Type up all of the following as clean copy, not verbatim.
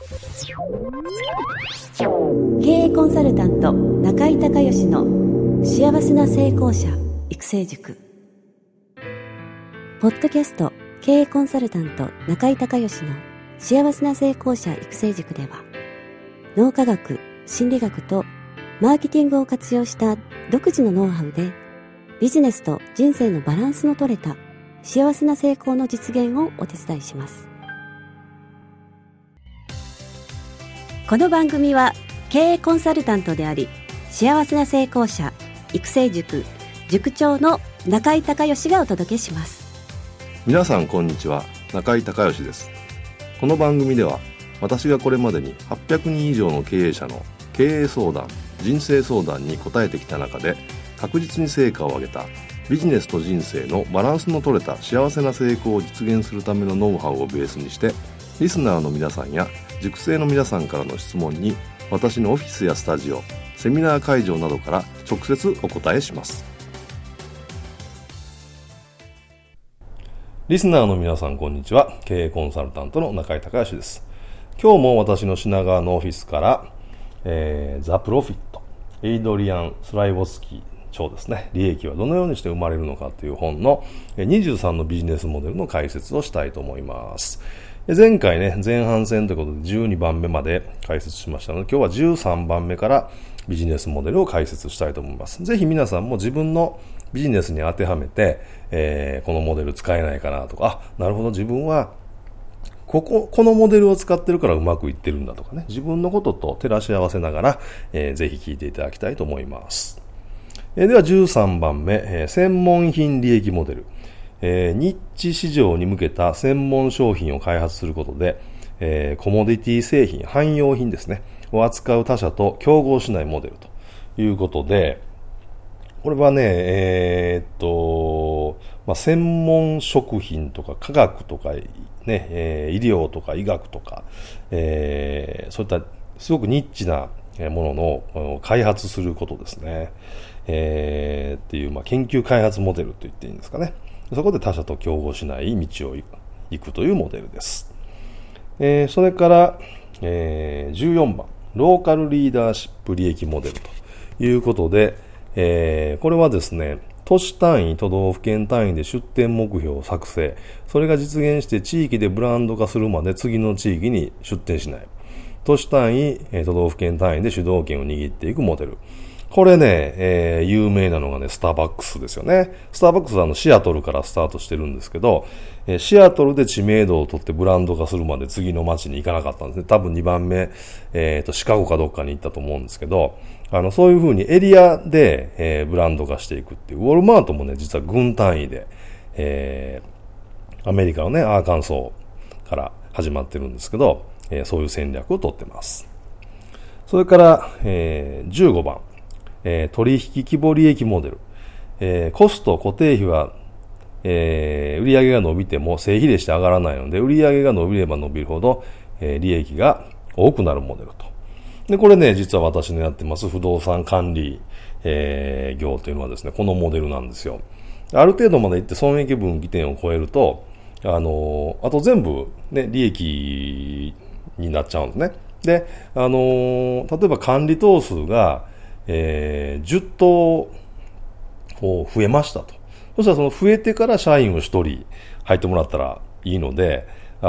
経営コンサルタント中井孝義の幸せな成功者育成塾。ポッドキャスト経営コンサルタント中井孝義の幸せな成功者育成塾では、脳科学、心理学とマーケティングを活用した独自のノウハウで、ビジネスと人生のバランスの取れた幸せな成功の実現をお手伝いします。この番組は経営コンサルタントであり、幸せな成功者育成塾塾長の中井孝義がお届けします。 皆さんこんにちは、中井孝義です。この番組では、私がこれまでに800人以上の経営者の経営相談、人生相談に答えてきた中で、確実に成果を上げたビジネスと人生のバランスの取れた幸せな成功を実現するためのノウハウをベースにして、リスナーの皆さんや塾生の皆さんからの質問に、私のオフィスやスタジオ、セミナー会場などから直接お答えします。リスナーの皆さんこんにちは。経営コンサルタントの中井孝義です。今日も私の品川のオフィスから、ザ・プロフィット、エイドリアン・スライボスキー著ですね、利益はどのようにして生まれるのかという本の23のビジネスモデルの解説をしたいと思います。前回ね、前半戦ということで12番目まで解説しましたので、今日は13番目からビジネスモデルを解説したいと思います。ぜひ皆さんも自分のビジネスに当てはめて、このモデル使えないかなとか、なるほど、自分はこのモデルを使ってるからうまくいってるんだとかね、自分のことと照らし合わせながら、ぜひ聞いていただきたいと思います。では13番目、専門品利益モデル。ニッチ市場に向けた専門商品を開発することで、コモディティ製品、汎用品ですね、を扱う他社と競合しないモデルということで、これはね、専門食品とか科学とかね、医療とか医学とか、そういったすごくニッチなものの開発することですね。っていう、研究開発モデルと言っていいんですかね。そこで他社と競合しない道を行くというモデルです。それから、14番、ローカルリーダーシップ利益モデルということで、これはですね、都市単位、都道府県単位で出店目標を作成。それが実現して地域でブランド化するまで次の地域に出店しない。都市単位、都道府県単位で主導権を握っていくモデル。これね、有名なのがね、スターバックスですよね。スターバックスはシアトルからスタートしてるんですけど、シアトルで知名度を取ってブランド化するまで次の街に行かなかったんですね。多分2番目、シカゴかどっかに行ったと思うんですけど、そういうふうにエリアで、ブランド化していくっていう。ウォルマートもね、実は軍単位で、アメリカのね、アーカンソーから始まってるんですけど、そういう戦略を取ってます。それから、15番。取引規模利益モデル。コスト固定費は、売上が伸びても正比例して上がらないので、売上が伸びれば伸びるほど、利益が多くなるモデルと。で、これね、実は私のやってます不動産管理、業というのはですね、このモデルなんですよ。ある程度まで行って損益分岐点を超えると、あと全部ね、利益になっちゃうんですね。で、例えば管理棟数が10棟増えましたと。そしたらその増えてから社員を1人入ってもらったらいいので、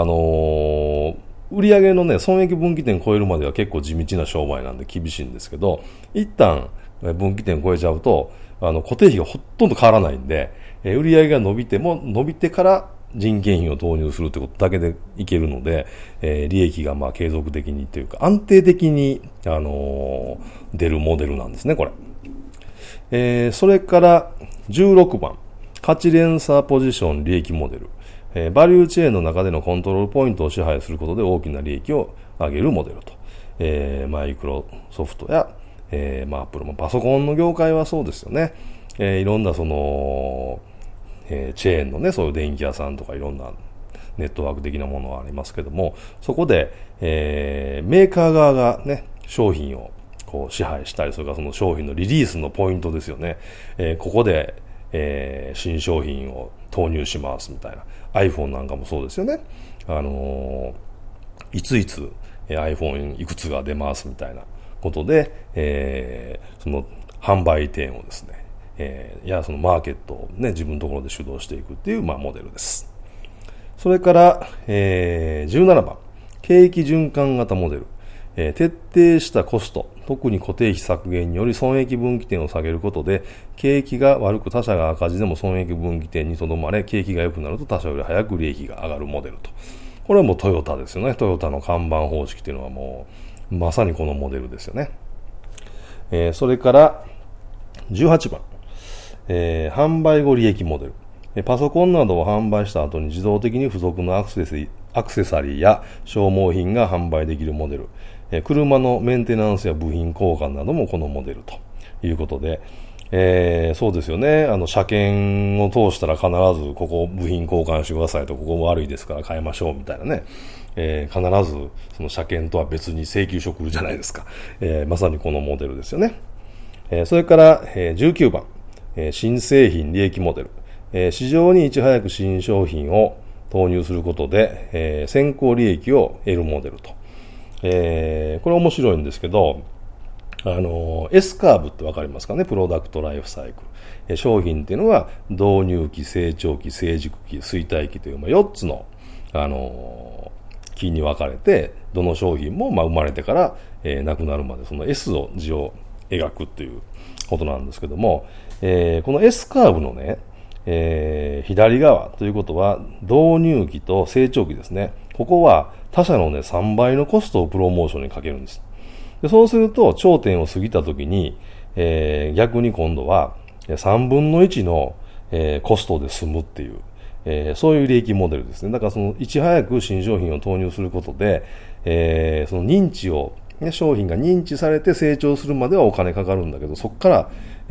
売上のね、損益分岐点超えるまでは結構地道な商売なんで厳しいんですけど、一旦分岐点超えちゃうと、固定費がほとんど変わらないんで、売上が伸びても伸びてから人件費を投入するということだけでいけるので、利益が継続的にというか安定的に、出るモデルなんですね、これ。それから16番、価値連鎖ポジション利益モデル。バリューチェーンの中でのコントロールポイントを支配することで大きな利益を上げるモデルと。マイクロソフトや、アップルもパソコンの業界はそうですよね。いろんなその、チェーンのね、そういう電気屋さんとかいろんなネットワーク的なものはありますけども、そこで、メーカー側がね、商品をこう支配したり、それからその商品のリリースのポイントですよね。ここで、新商品を投入しますみたいな。iPhone なんかもそうですよね。いついつ、 iPhone いくつが出ますみたいなことで、その販売店をですね、やそのマーケットをね、自分のところで主導していくっていう、モデルです。それから、17番、景気循環型モデル。徹底したコスト、特に固定費削減により損益分岐点を下げることで、景気が悪く他社が赤字でも損益分岐点にとどまれ、景気が良くなると他社より早く利益が上がるモデルと。これはもうトヨタですよね。トヨタの看板方式というのはもう、まさにこのモデルですよね。それから、18番、販売後利益モデル。パソコンなどを販売した後に自動的に付属のアクセサリーや消耗品が販売できるモデル。車のメンテナンスや部品交換などもこのモデルということで、そうですよね。車検を通したら必ずここ部品交換してくださいと、ここ悪いですから変えましょうみたいなね。必ずその車検とは別に請求書来るじゃないですか。まさにこのモデルですよね。それから、19番、新製品利益モデル。市場にいち早く新商品を投入することで、先行利益を得るモデルと。これ面白いんですけど、S カーブってわかりますかね。プロダクトライフサイクル。商品っていうのは導入期、成長期、成熟期、衰退期という、4つの、期に分かれて、どの商品も、生まれてから、なくなるまで、その S を字を描くっていうことなんですけども、この S カーブのね、左側ということは導入期と成長期ですね。ここは他社のね3倍のコストをプロモーションにかけるんです。でそうすると頂点を過ぎたときに、逆に今度は3分の1の、コストで済むっていう、そういう利益モデルですね。だからそのいち早く新商品を投入することで、その認知を、商品が認知されて成長するまではお金かかるんだけど、そこから、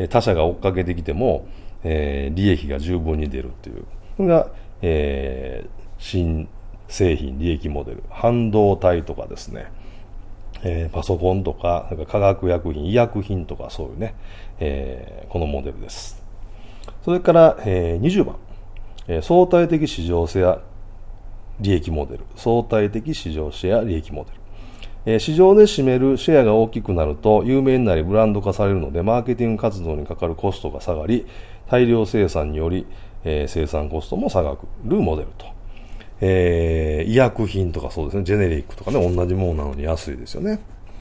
他社が追っかけてきても利益が十分に出るっていうのが、新製品利益モデル。半導体とかですね、パソコンとか、化学薬品、医薬品とかそういうね、このモデルです。それから、20番、相対的市場シェア利益モデル。相対的市場シェア利益モデル。市場で占めるシェアが大きくなると有名になりブランド化されるのでマーケティング活動にかかるコストが下がり大量生産により、生産コストも下がるモデルと、医薬品とかそうですねジェネリックとかね同じものなのに安いですよね、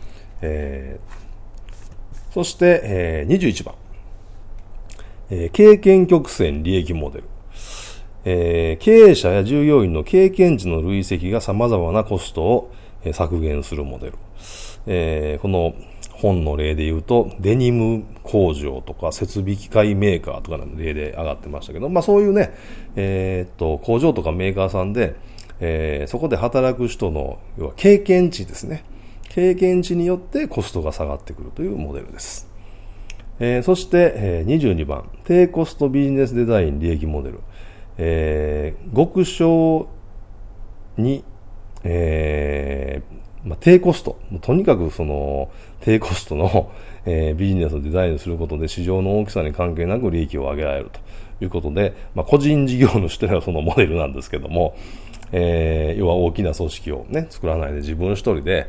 そして、21番、経験曲線利益モデル、経営者や従業員の経験値の累積が様々なコストを削減するモデル、この本の例で言うとデニム工場とか設備機械メーカーとかの例で上がってましたけど、そういうね、工場とかメーカーさんで、そこで働く人の要は経験値ですね。経験値によってコストが下がってくるというモデルです。そして、22番低コストビジネスデザイン利益モデル、極小に低コスト、とにかくその低コストの、ビジネスをデザインすることで市場の大きさに関係なく利益を上げられるということで、個人事業主というのはそのモデルなんですけども、要は大きな組織をね作らないで自分一人で、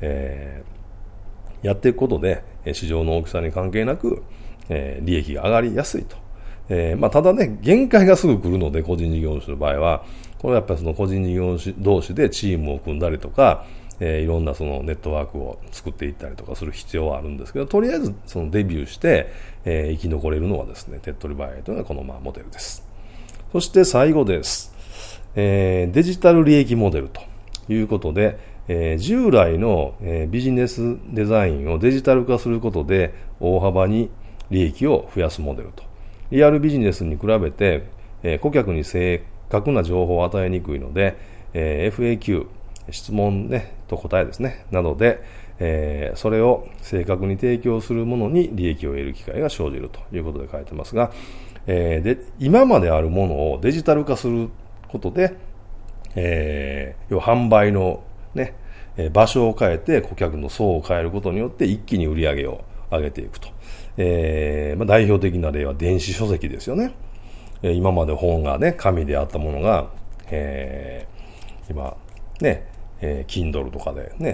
やっていくことで市場の大きさに関係なく、利益が上がりやすいと。ただね限界がすぐ来るので個人事業主の場合はこれはやっぱりその個人事業主同士でチームを組んだりとか、いろんなそのネットワークを作っていったりとかする必要はあるんですけど、とりあえずそのデビューして、生き残れるのはですね手っ取り早いというのがこのモデルです。そして最後です、デジタル利益モデルということで、従来の、ビジネスデザインをデジタル化することで大幅に利益を増やすモデルと。リアルビジネスに比べて、顧客に正確な情報を与えにくいので、FAQ、質問、ね、と答えですね、などで、それを正確に提供するものに利益を得る機会が生じるということで書いてますが、で今まであるものをデジタル化することで、要は販売の、ね、場所を変えて顧客の層を変えることによって一気に売り上げを上げていくと。代表的な例は電子書籍ですよね。今まで本がね紙であったものが、今ね、Kindle とかでね、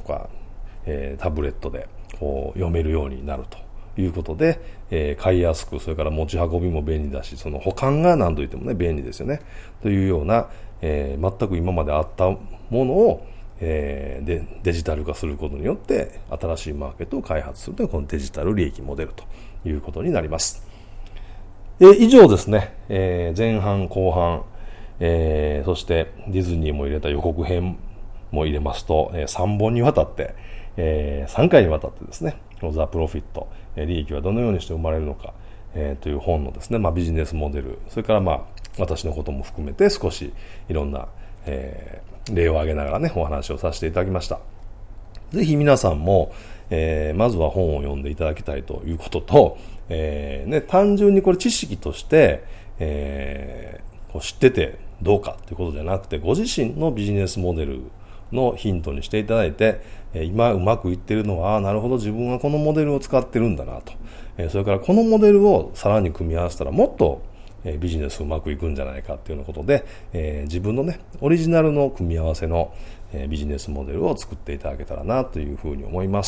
か、タブレットでこう読めるようになるということで、買いやすく、それから持ち運びも便利だし、その保管が何といってもね便利ですよねというような、全く今まであったものを、デジタル化することによって新しいマーケットを開発するというこのデジタル利益モデルということになります。以上ですね、前半後半、そしてディズニーも入れた予告編も入れますと、3本にわたって、3回にわたってですね、ザ・プロフィット、利益はどのようにして生まれるのか、という本のですね、ビジネスモデル、それから私のことも含めて少しいろんな、例を挙げながらね、お話をさせていただきました。ぜひ皆さんも、まずは本を読んでいただきたいということと、単純にこれ知識として、こう知っててどうかということじゃなくて、ご自身のビジネスモデルのヒントにしていただいて、今うまくいってるのは、なるほど自分はこのモデルを使ってるんだなと、それからこのモデルをさらに組み合わせたらもっとビジネスうまくいくんじゃないかっていうようなことで、自分のねオリジナルの組み合わせのビジネスモデルを作っていただけたらなというふうに思います。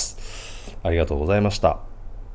ありがとうございました。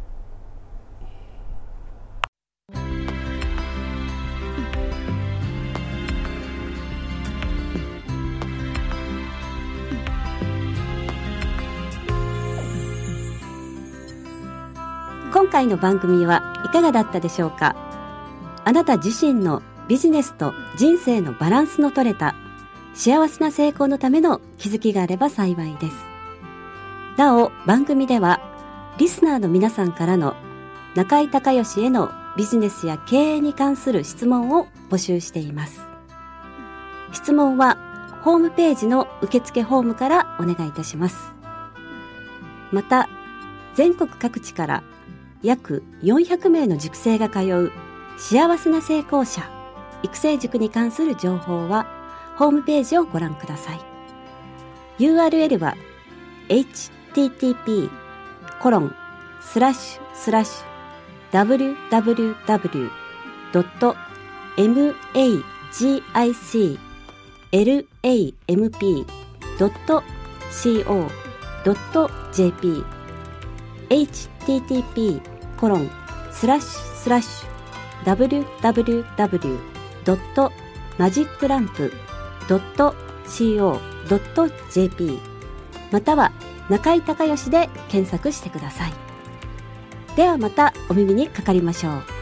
今回の番組はいかがだったでしょうか。あなた自身のビジネスと人生のバランスの取れた幸せな成功のための気づきがあれば幸いです。なお、番組ではリスナーの皆さんからの中井孝義へのビジネスや経営に関する質問を募集しています。質問はホームページの受付フォームからお願いいたします。また、全国各地から約400名の塾生が通う幸せな成功者育成塾に関する情報はホームページをご覧ください。 URL は http://www.magiclamp.co.jp http://www.magiclamp.co.jp または中井孝義で検索してください。ではまたお耳にかかりましょう。